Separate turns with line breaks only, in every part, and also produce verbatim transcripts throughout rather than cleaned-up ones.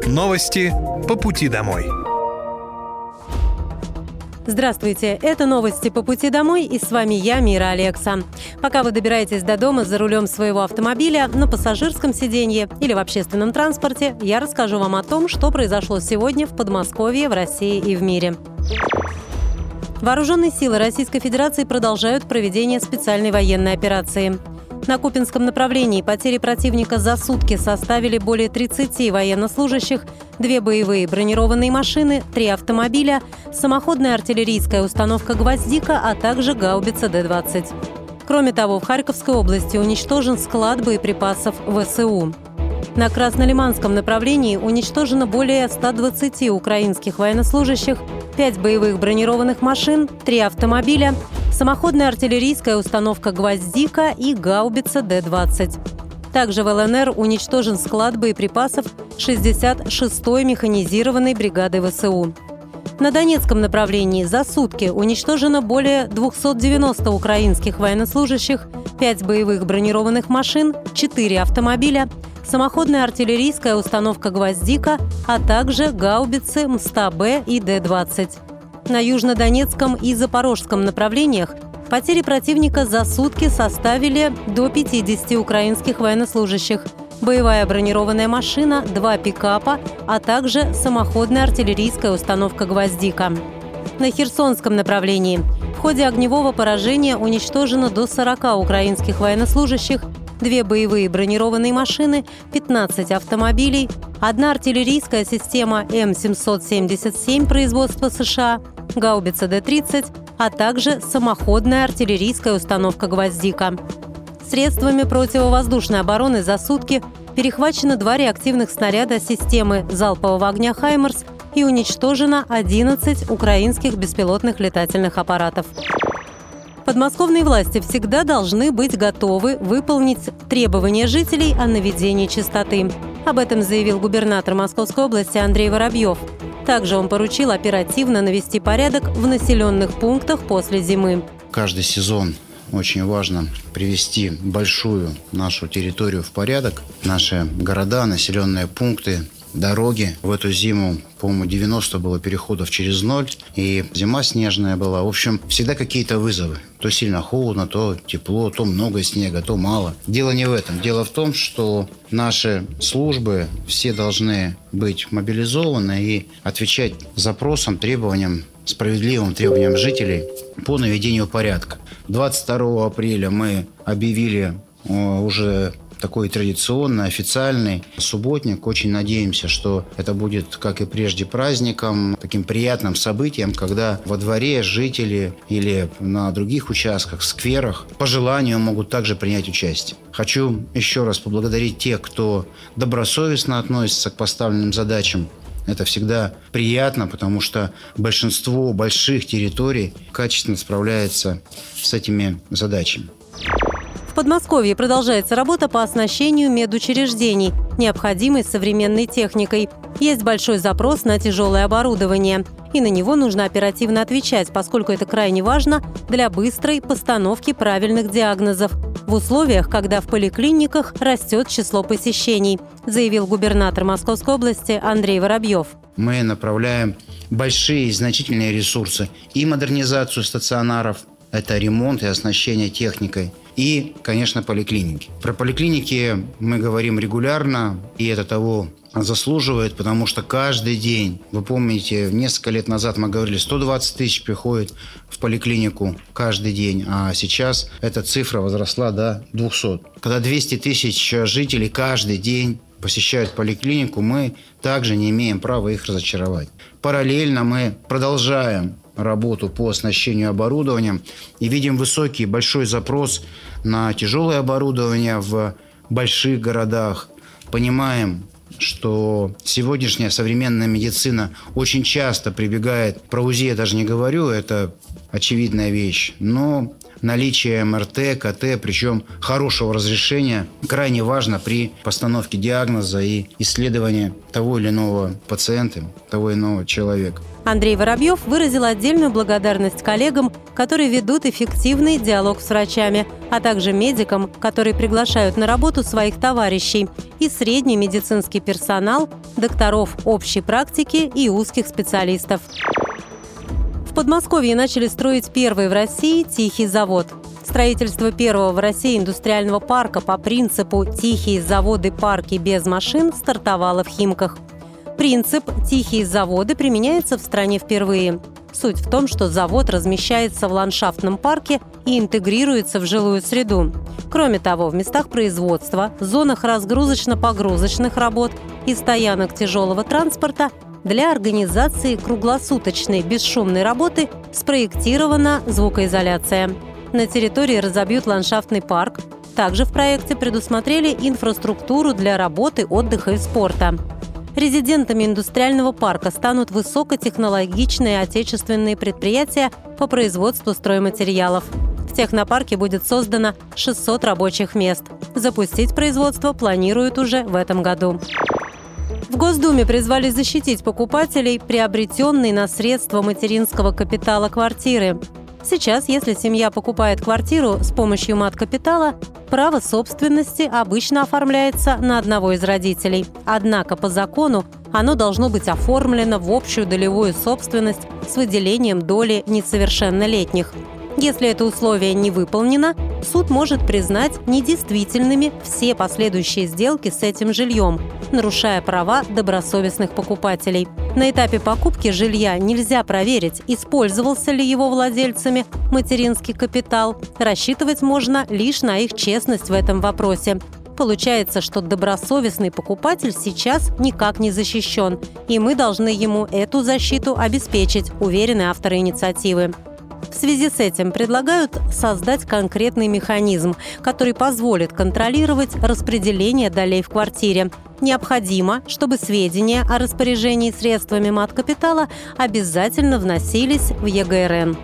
Новости по пути домой.
Здравствуйте, это новости по пути домой, и с вами я, Мира Алекса. Пока вы добираетесь до дома за рулем своего автомобиля, на пассажирском сиденье или в общественном транспорте, я расскажу вам о том, что произошло сегодня в Подмосковье, в России и в мире. Вооруженные силы Российской Федерации продолжают проведение специальной военной операции. На Купинском направлении потери противника за сутки составили более тридцати военнослужащих, две боевые бронированные машины, три автомобиля, самоходная артиллерийская установка «Гвоздика», а также гаубица Д двадцать. Кроме того, в Харьковской области уничтожен склад боеприпасов ВСУ. На Краснолиманском направлении уничтожено более ста двадцати украинских военнослужащих, пять боевых бронированных машин, три автомобиля, самоходная артиллерийская установка «Гвоздика» и гаубица Д двадцать. Также в ЛНР уничтожен склад боеприпасов шестьдесят шестой механизированной бригады ВСУ. На Донецком направлении за сутки уничтожено более двухсот девяноста украинских военнослужащих, пять боевых бронированных машин, четыре автомобиля, самоходная артиллерийская установка «Гвоздика», а также гаубицы М С Т А Б и Д двадцать. На Южнодонецком и Запорожском направлениях потери противника за сутки составили до пятидесяти украинских военнослужащих, боевая бронированная машина, два пикапа, а также самоходная артиллерийская установка «Гвоздика». На Херсонском направлении в ходе огневого поражения уничтожено до сорока украинских военнослужащих, две боевые бронированные машины, пятнадцать автомобилей, одна артиллерийская система М семьсот семьдесят семь производства США, гаубица Д тридцать, а также самоходная артиллерийская установка «Гвоздика». Средствами противовоздушной обороны за сутки перехвачено два реактивных снаряда системы залпового огня «Хаймерс» и уничтожено одиннадцать украинских беспилотных летательных аппаратов. Подмосковные власти всегда должны быть готовы выполнить требования жителей о наведении чистоты. Об этом заявил губернатор Московской области Андрей Воробьев. Также он поручил оперативно навести порядок в населенных пунктах после зимы.
Каждый сезон очень важно привести большую нашу территорию в порядок. Наши города, населенные пункты, дороги. В эту зиму, по-моему, девяносто было переходов через ноль, и зима снежная была. В общем, всегда какие-то вызовы. То сильно холодно, то тепло, то много снега, то мало. Дело не в этом. Дело в том, что наши службы все должны быть мобилизованы и отвечать запросам, требованиям, справедливым требованиям жителей по наведению порядка. двадцать второго апреля мы объявили уже такой традиционный, официальный субботник. Очень надеемся, что это будет, как и прежде, праздником, таким приятным событием, когда во дворе жители или на других участках, скверах по желанию могут также принять участие. Хочу еще раз поблагодарить тех, кто добросовестно относится к поставленным задачам. Это всегда приятно, потому что большинство больших территорий качественно справляется с этими задачами.
В Подмосковье продолжается работа по оснащению медучреждений необходимой современной техникой. Есть большой запрос на тяжелое оборудование, и на него нужно оперативно отвечать, поскольку это крайне важно для быстрой постановки правильных диагнозов в условиях, когда в поликлиниках растет число посещений, заявил губернатор Московской области Андрей Воробьев.
Мы направляем большие и значительные ресурсы и модернизацию стационаров, это ремонт и оснащение техникой, и, конечно, поликлиники. Про поликлиники мы говорим регулярно, и это того заслуживает, потому что каждый день, вы помните, несколько лет назад мы говорили, сто двадцать тысяч приходит в поликлинику каждый день, а сейчас эта цифра возросла до двухсот. Когда двести тысяч жителей каждый день посещают поликлинику, мы также не имеем права их разочаровать. Параллельно мы продолжаем работу по оснащению оборудованием и видим высокий, большой запрос на тяжелое оборудование в больших городах. Понимаем, что сегодняшняя современная медицина очень часто прибегает, про УЗИ я даже не говорю, это очевидная вещь, но наличие эм эр тэ, ка тэ, причем хорошего разрешения, крайне важно при постановке диагноза и исследовании того или иного пациента, того или иного человека.
Андрей Воробьев выразил отдельную благодарность коллегам, которые ведут эффективный диалог с врачами, а также медикам, которые приглашают на работу своих товарищей, и средний медицинский персонал, докторов общей практики и узких специалистов. В Подмосковье начали строить первый в России «Тихий завод». Строительство первого в России индустриального парка по принципу «Тихие заводы-парки без машин» стартовало в Химках. Принцип «Тихие заводы» применяется в стране впервые. Суть в том, что завод размещается в ландшафтном парке и интегрируется в жилую среду. Кроме того, в местах производства, зонах разгрузочно-погрузочных работ и стоянок тяжелого транспорта для организации круглосуточной бесшумной работы спроектирована звукоизоляция. На территории разобьют ландшафтный парк. Также в проекте предусмотрели инфраструктуру для работы, отдыха и спорта. Резидентами индустриального парка станут высокотехнологичные отечественные предприятия по производству стройматериалов. В технопарке будет создано шестьсот рабочих мест. Запустить производство планируют уже в этом году. В Госдуме призвали защитить покупателей, приобретенной на средства материнского капитала квартиры. Сейчас, если семья покупает квартиру с помощью мат-капитала, право собственности обычно оформляется на одного из родителей. Однако по закону оно должно быть оформлено в общую долевую собственность с выделением доли несовершеннолетних. Если это условие не выполнено, суд может признать недействительными все последующие сделки с этим жильем, нарушая права добросовестных покупателей. На этапе покупки жилья нельзя проверить, использовался ли его владельцами материнский капитал. Рассчитывать можно лишь на их честность в этом вопросе. Получается, что добросовестный покупатель сейчас никак не защищен, и мы должны ему эту защиту обеспечить, уверены авторы инициативы. В связи с этим предлагают создать конкретный механизм, который позволит контролировать распределение долей в квартире. Необходимо, чтобы сведения о распоряжении средствами мат-капитала обязательно вносились в е гэ эр эн.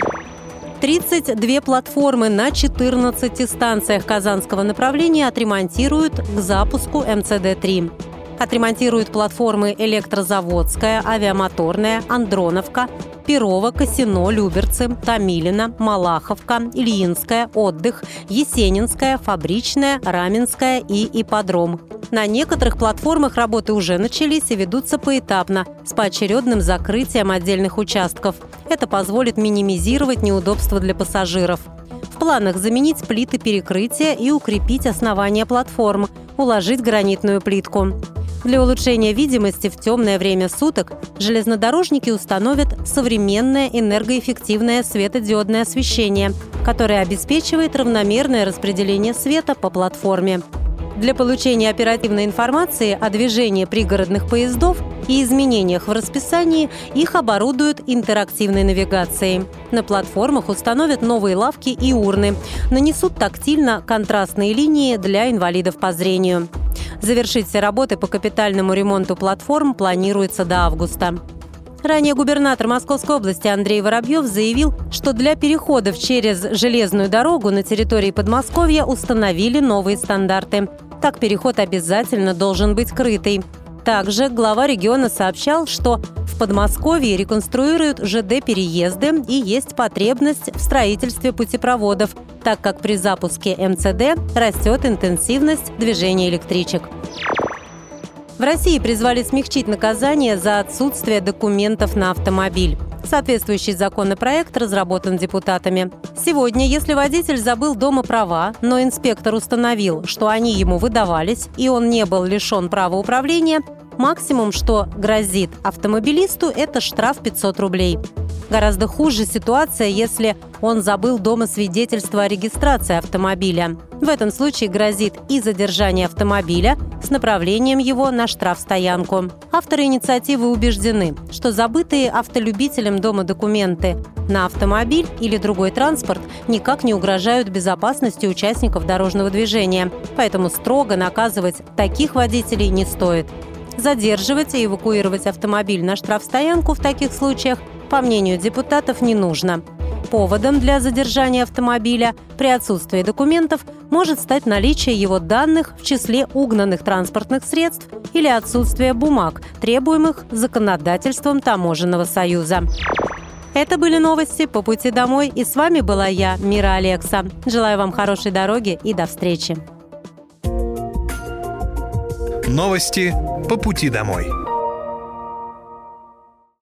тридцать две платформы на четырнадцати станциях казанского направления отремонтируют к запуску эм цэ дэ три. Отремонтируют платформы Электрозаводская, Авиамоторная, Андроновка, Перово, Косино, Люберцы, Томилино, Малаховка, Ильинская, Отдых, Есенинская, Фабричная, Раменская и Ипподром. На некоторых платформах работы уже начались и ведутся поэтапно, с поочередным закрытием отдельных участков. Это позволит минимизировать неудобства для пассажиров. В планах заменить плиты перекрытия и укрепить основание платформ, уложить гранитную плитку. Для улучшения видимости в темное время суток железнодорожники установят современное энергоэффективное светодиодное освещение, которое обеспечивает равномерное распределение света по платформе. Для получения оперативной информации о движении пригородных поездов и изменениях в расписании их оборудуют интерактивной навигацией. На платформах установят новые лавки и урны, нанесут тактильно-контрастные линии для инвалидов по зрению. Завершить все работы по капитальному ремонту платформ планируется до августа. Ранее губернатор Московской области Андрей Воробьев заявил, что для переходов через железную дорогу на территории Подмосковья установили новые стандарты. Так переход обязательно должен быть крытый. Также глава региона сообщал, что в Подмосковье реконструируют жэ дэ-переезды и есть потребность в строительстве путепроводов, так как при запуске эм цэ дэ растет интенсивность движения электричек. В России призвали смягчить наказание за отсутствие документов на автомобиль. Соответствующий законопроект разработан депутатами. Сегодня, если водитель забыл дома права, но инспектор установил, что они ему выдавались, и он не был лишен права управления, максимум, что грозит автомобилисту, это штраф пятьсот рублей. Гораздо хуже ситуация, если он забыл дома свидетельство о регистрации автомобиля. В этом случае грозит и задержание автомобиля с направлением его на штрафстоянку. Авторы инициативы убеждены, что забытые автолюбителям дома документы на автомобиль или другой транспорт никак не угрожают безопасности участников дорожного движения, поэтому строго наказывать таких водителей не стоит. Задерживать и эвакуировать автомобиль на штрафстоянку в таких случаях, по мнению депутатов, не нужно. Поводом для задержания автомобиля при отсутствии документов может стать наличие его данных в числе угнанных транспортных средств или отсутствие бумаг, требуемых законодательством Таможенного союза. Это были новости по пути домой, и с вами была я, Мира Алекса. Желаю вам хорошей дороги и до встречи.
Новости по пути домой.